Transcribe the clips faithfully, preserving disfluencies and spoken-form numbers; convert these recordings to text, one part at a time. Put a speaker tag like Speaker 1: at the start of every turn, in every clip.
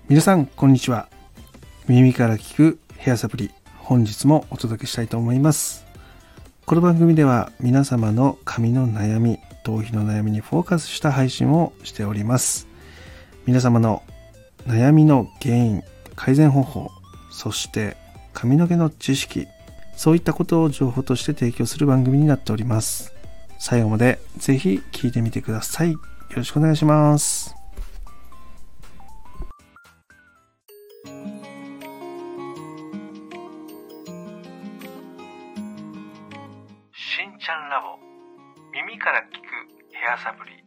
Speaker 1: 皆さんこんにちは。耳から聞くヘアサプリ、本日もお届けしたいと思います。この番組では皆様の髪の悩み、頭皮の悩みにフォーカスした配信をしております。皆様の悩みの原因、改善方法、そして髪の毛の知識、そういったことを情報として提供する番組になっております。最後までぜひ聞いてみてください。よろしくお願いします。
Speaker 2: しんちゃんラボ、耳から聞くヘアサプリ。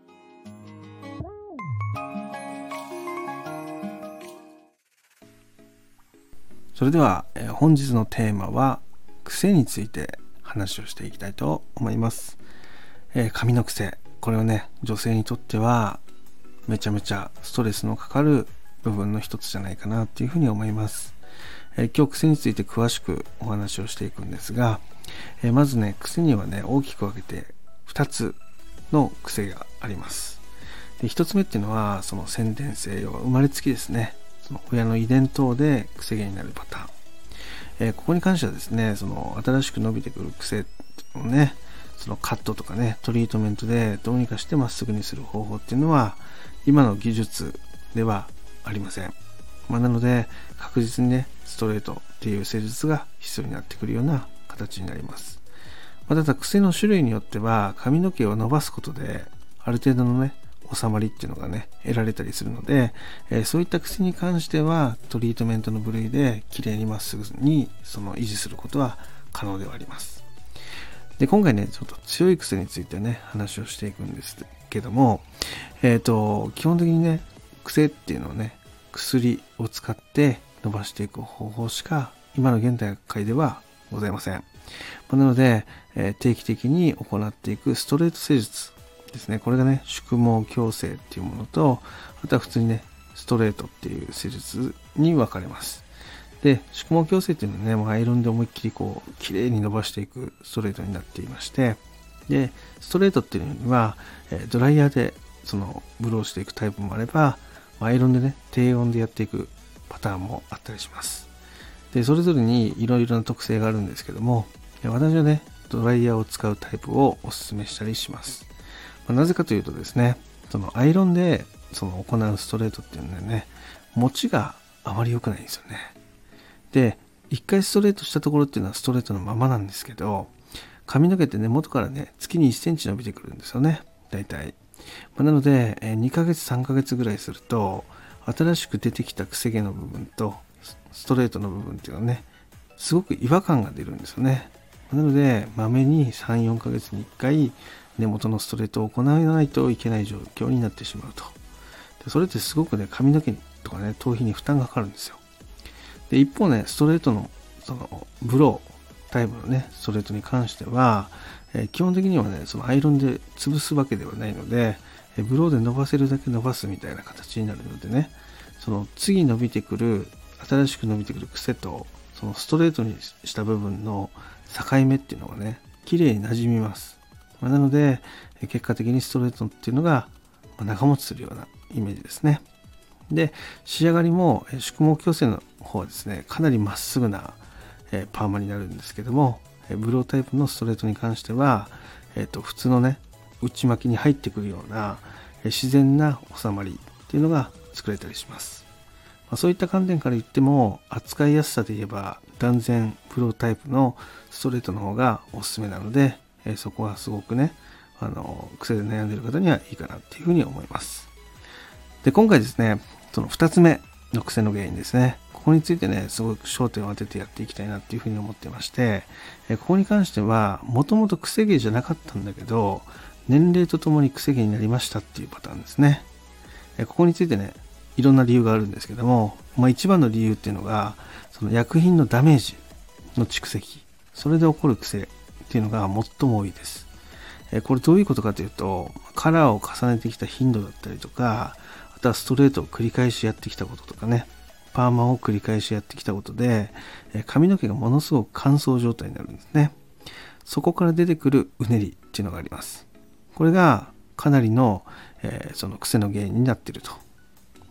Speaker 1: それでは、えー、本日のテーマは癖について話をしていきたいと思います。えー、髪の癖、これはね、女性にとってはめちゃめちゃストレスのかかる部分の一つじゃないかなっていうふうに思います。えー、今日癖について詳しくお話をしていくんですが、えー、まずね、癖にはね、大きく分けてふたつの癖があります。で、ひとつめっていうのはその先天性、要は生まれつきですね。その親の遺伝等で癖毛になるパターン。えー、ここに関してはですね、その新しく伸びてくる癖をね、そのカットとかね、トリートメントでどうにかしてまっすぐにする方法っていうのは今の技術ではありません。まあ、なので確実にね、ストレートっていう施術が必要になってくるような形になります。まあ、ただ癖の種類によっては髪の毛を伸ばすことである程度のね、収まりっていうのがね、得られたりするので、えー、そういった癖に関してはトリートメントの部類で綺麗にまっすぐにその維持することは可能ではあります。で、今回ね、ちょっと強い癖についてね、話をしていくんですけども、えっと、基本的にね、癖っていうのはね、薬を使って伸ばしていく方法しか今の現代界ではございません。なので、えー、定期的に行っていくストレート施術ですね。これがね、宿毛矯正っていうものと、あとは普通にね、ストレートっていう施術に分かれます。で、宿毛矯正っていうのはね、もうアイロンで思いっきりこう、綺麗に伸ばしていくストレートになっていまして、で、ストレートっていうのには、えドライヤーでそのブローしていくタイプもあれば、アイロンでね、低温でやっていくパターンもあったりします。で、それぞれにいろいろな特性があるんですけども、私はね、ドライヤーを使うタイプをお勧めしたりします。まあ、なぜかというとですね、そのアイロンでその行うストレートっていうのはね、持ちがあまり良くないんですよね。で、一回ストレートしたところっていうのはストレートのままなんですけど、髪の毛って根元からね、月にいっセンチ伸びてくるんですよね、大体。まあ、なので、にかげつさんかげつぐらいすると、新しく出てきた癖毛の部分とストレートの部分っていうのはね、すごく違和感が出るんですよね。なので、まめにさん、よんかげつにいっかい根元のストレートを行わないといけない状況になってしまうと。で、それってすごくね、髪の毛とかね、頭皮に負担がかかるんですよ。で、一方ね、ストレートの、その、ブロータイプのね、ストレートに関しては、えー、基本的にはね、そのアイロンで潰すわけではないので、えー、ブローで伸ばせるだけ伸ばすみたいな形になるのでね、その次伸びてくる、新しく伸びてくる癖と、そのストレートにした部分の境目っていうのがね、綺麗に馴染みます。なので、結果的にストレートっていうのが長持ちするようなイメージですね。で、仕上がりも宿毛矯正の方はですね、かなりまっすぐなパーマになるんですけども、ブロータイプのストレートに関しては、えっと、普通のね、内巻きに入ってくるような自然な収まりっていうのが作れたりします。まあ、そういった観点から言っても、扱いやすさで言えば断然ブロータイプのストレートの方がおすすめなので、えー、そこはすごくね、あの癖で悩んでいる方にはいいかなっていうふうに思います。で、今回ですね、そのふたつめの癖の原因ですね。ここについてね、すごく焦点を当ててやっていきたいなっていうふうに思ってまして、えー、ここに関しては、もともと癖毛じゃなかったんだけど、年齢とともに癖毛になりましたっていうパターンですね。えー、ここについてね、いろんな理由があるんですけども、まあ、一番の理由っていうのが、その薬品のダメージの蓄積、それで起こる癖っていうのが最も多いです。えこれどういうことかというと、カラーを重ねてきた頻度だったりとか、あとはストレートを繰り返しやってきたこととかね、パーマを繰り返しやってきたことで、え髪の毛がものすごく乾燥状態になるんですね。そこから出てくるうねりっていうのがあります。これがかなりの、えー、その癖の原因になっていると。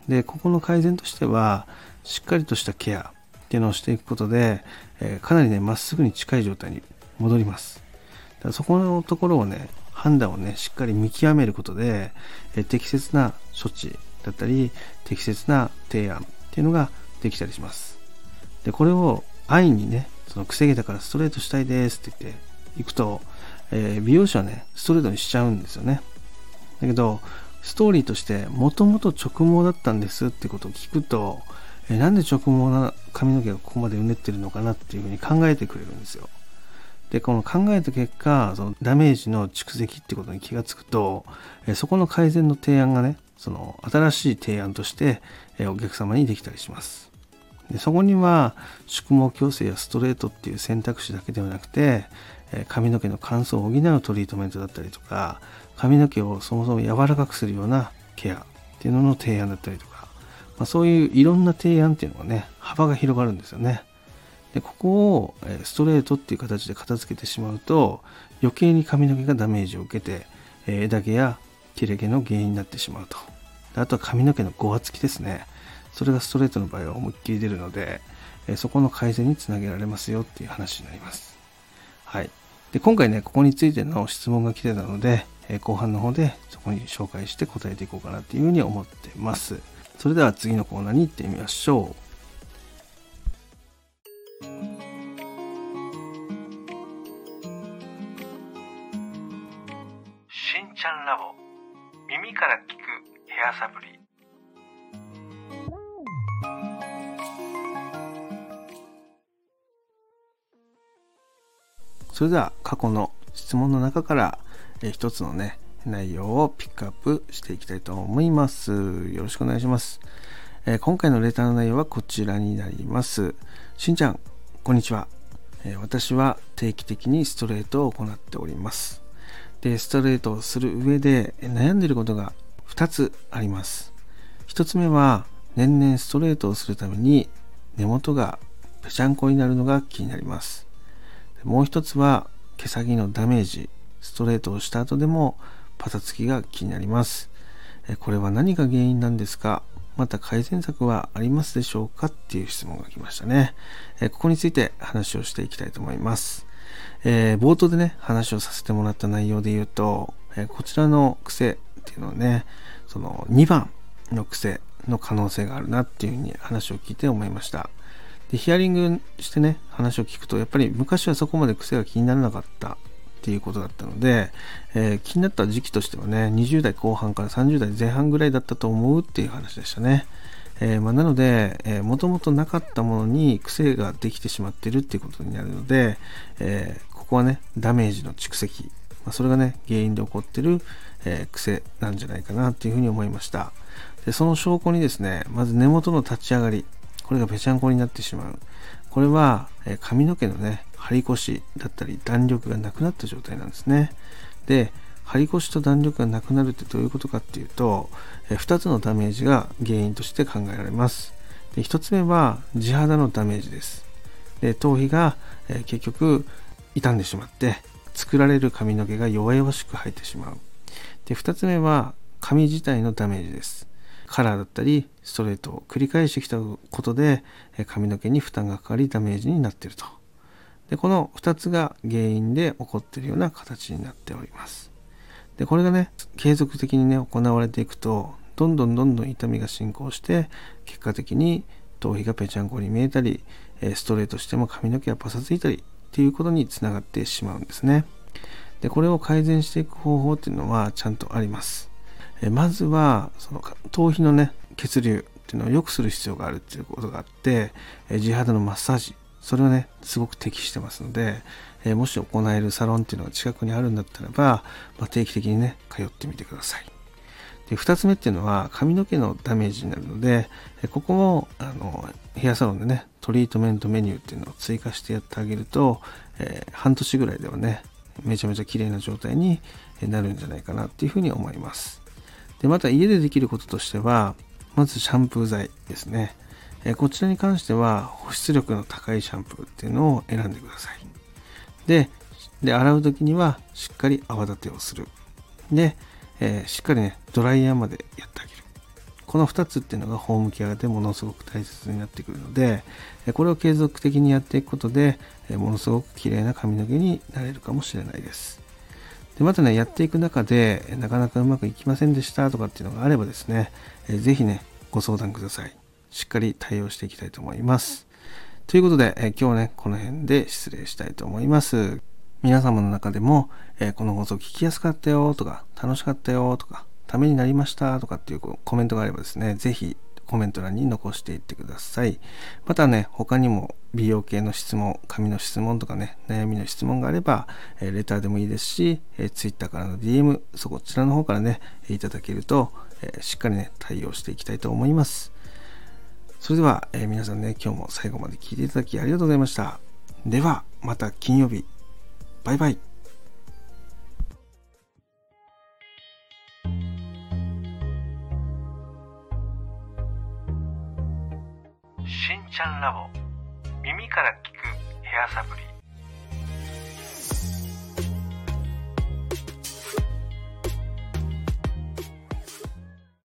Speaker 1: でここの改善としては、しっかりとしたケアっていうのをしていくことで、えー、かなりねまっすぐに近い状態に戻ります。だからそこのところをね判断をねしっかり見極めることで、えー、適切な処置だったり適切な提案っていうのができたりします。でこれを安易にねその癖毛だからストレートしたいですって言っていくと、えー、美容師はねストレートにしちゃうんですよね。だけどストーリーとしてもともと直毛だったんですってことを聞くと、えー、なんで直毛な髪の毛がここまでうねってるのかなっていうふうに考えてくれるんですよ。でこの考えた結果、そのダメージの蓄積ってことに気がつくと、えー、そこの改善の提案がねその新しい提案として、えー、お客様にできたりします。でそこには宿毛矯正やストレートっていう選択肢だけではなくて、えー、髪の毛の乾燥を補うトリートメントだったりとか、髪の毛をそもそも柔らかくするようなケアっていうのの提案だったりとか、まあ、そういういろんな提案っていうのがね幅が広がるんですよね。でここをストレートっていう形で片付けてしまうと余計に髪の毛がダメージを受けて枝毛や切れ毛の原因になってしまうと。あとは髪の毛のごわつきですね。それがストレートの場合は思いっきり出るので、そこの改善につなげられますよっていう話になります。はい。で今回ねここについての質問が来てたので、後半の方でそこに紹介して答えていこうかなっていうふうに思ってます。それでは次のコーナーに行ってみましょう。
Speaker 2: しんちゃんラボ耳から聞くヘアサプリ。
Speaker 1: それでは過去の質問の中からえ一つのね内容をピックアップしていきたいと思います。よろしくお願いします。えー、今回のレターの内容はこちらになります。しんちゃんこんにちは。えー、私は定期的にストレートを行っております。でストレートをする上で悩んでいることがふたつあります。ひとつめは年々ストレートをするために根元がぺちゃんこになるのが気になります。もう一つは毛先のダメージ、ストレートをした後でもパサつきが気になります。これは何が原因なんですか？また改善策はありますでしょうか？っていう質問が来ましたね。ここについて話をしていきたいと思います。えー、冒頭でね話をさせてもらった内容で言うと、えー、こちらの癖っていうのはねそのにばんの癖の可能性があるなっていうふうに話を聞いて思いました。でヒアリングしてね話を聞くとやっぱり昔はそこまで癖が気にならなかったっていうことだったので、えー、気になった時期としてはねにじゅう代後半からさんじゅう代前半ぐらいだったと思うっていう話でしたね。えーまあ、なので、えー、もともとなかったものに癖ができてしまっているっていうことになるので、えー、ここはねダメージの蓄積、まあ、それがね原因で起こっている、えー、癖なんじゃないかなっていうふうに思いました。でその証拠にですねまず根元の立ち上がり、これがぺちゃんこになってしまう。これは、えー、髪の毛のね張り腰だったり弾力がなくなった状態なんですね。で張り腰と弾力がなくなるってどういうことかっていうと、えー、ふたつのダメージが原因として考えられます。でひとつめは地肌のダメージです。で頭皮が、えー、結局傷んでしまって作られる髪の毛が弱々しく生えてしまう。でふたつめは髪自体のダメージです。カラーだったりストレートを繰り返してきたことで髪の毛に負担がかかりダメージになっていると。でこのふたつが原因で起こっているような形になっております。でこれがね継続的にね行われていくとどんどんどんどん痛みが進行して結果的に頭皮がぺちゃんこに見えたりストレートしても髪の毛がパサついたりっていうことにつながってしまうんですね。でこれを改善していく方法っていうのはちゃんとあります。まずはその頭皮のね血流っていうのを良くする必要があるっていうことがあって、地肌のマッサージ、それはねすごく適してますので、もし行えるサロンっていうのが近くにあるんだったらば、まあ、定期的にね通ってみてください。でふたつめっていうのは髪の毛のダメージになるので、ここもあのヘアサロンでねトリートメントメニューっていうのを追加してやってあげると、えー、半年ぐらいではねめちゃめちゃ綺麗な状態になるんじゃないかなっていうふうに思います。でまた家でできることとしては、まずシャンプー剤ですね。えこちらに関しては保湿力の高いシャンプーっていうのを選んでください。で、で洗う時にはしっかり泡立てをする。で、えー、しっかりねドライヤーまでやってあげる。 このふたつっていうのがホームケアでものすごく大切になってくるので、これを継続的にやっていくことでものすごく綺麗な髪の毛になれるかもしれないです。でまたね、やっていく中でなかなかうまくいきませんでしたとかっていうのがあればですね、ぜひねご相談ください。しっかり対応していきたいと思います。ということで、え今日はねこの辺で失礼したいと思います。皆様の中でも、えこの放送聞きやすかったよとか、楽しかったよとか、ためになりましたとかっていうコメントがあればですね、ぜひコメント欄に残していってください。またね、他にも美容系の質問、髪の質問とかね、悩みの質問があれば、えレターでもいいですし、え Twitter からの ディーエム、そこちらの方からね、いただけると、えしっかりね、対応していきたいと思います。それでは、え皆さんね、今日も最後まで聞いていただきありがとうございました。では、また金曜日。バイバイ。
Speaker 2: しんちゃんラボ、耳から聞くヘアサプリ。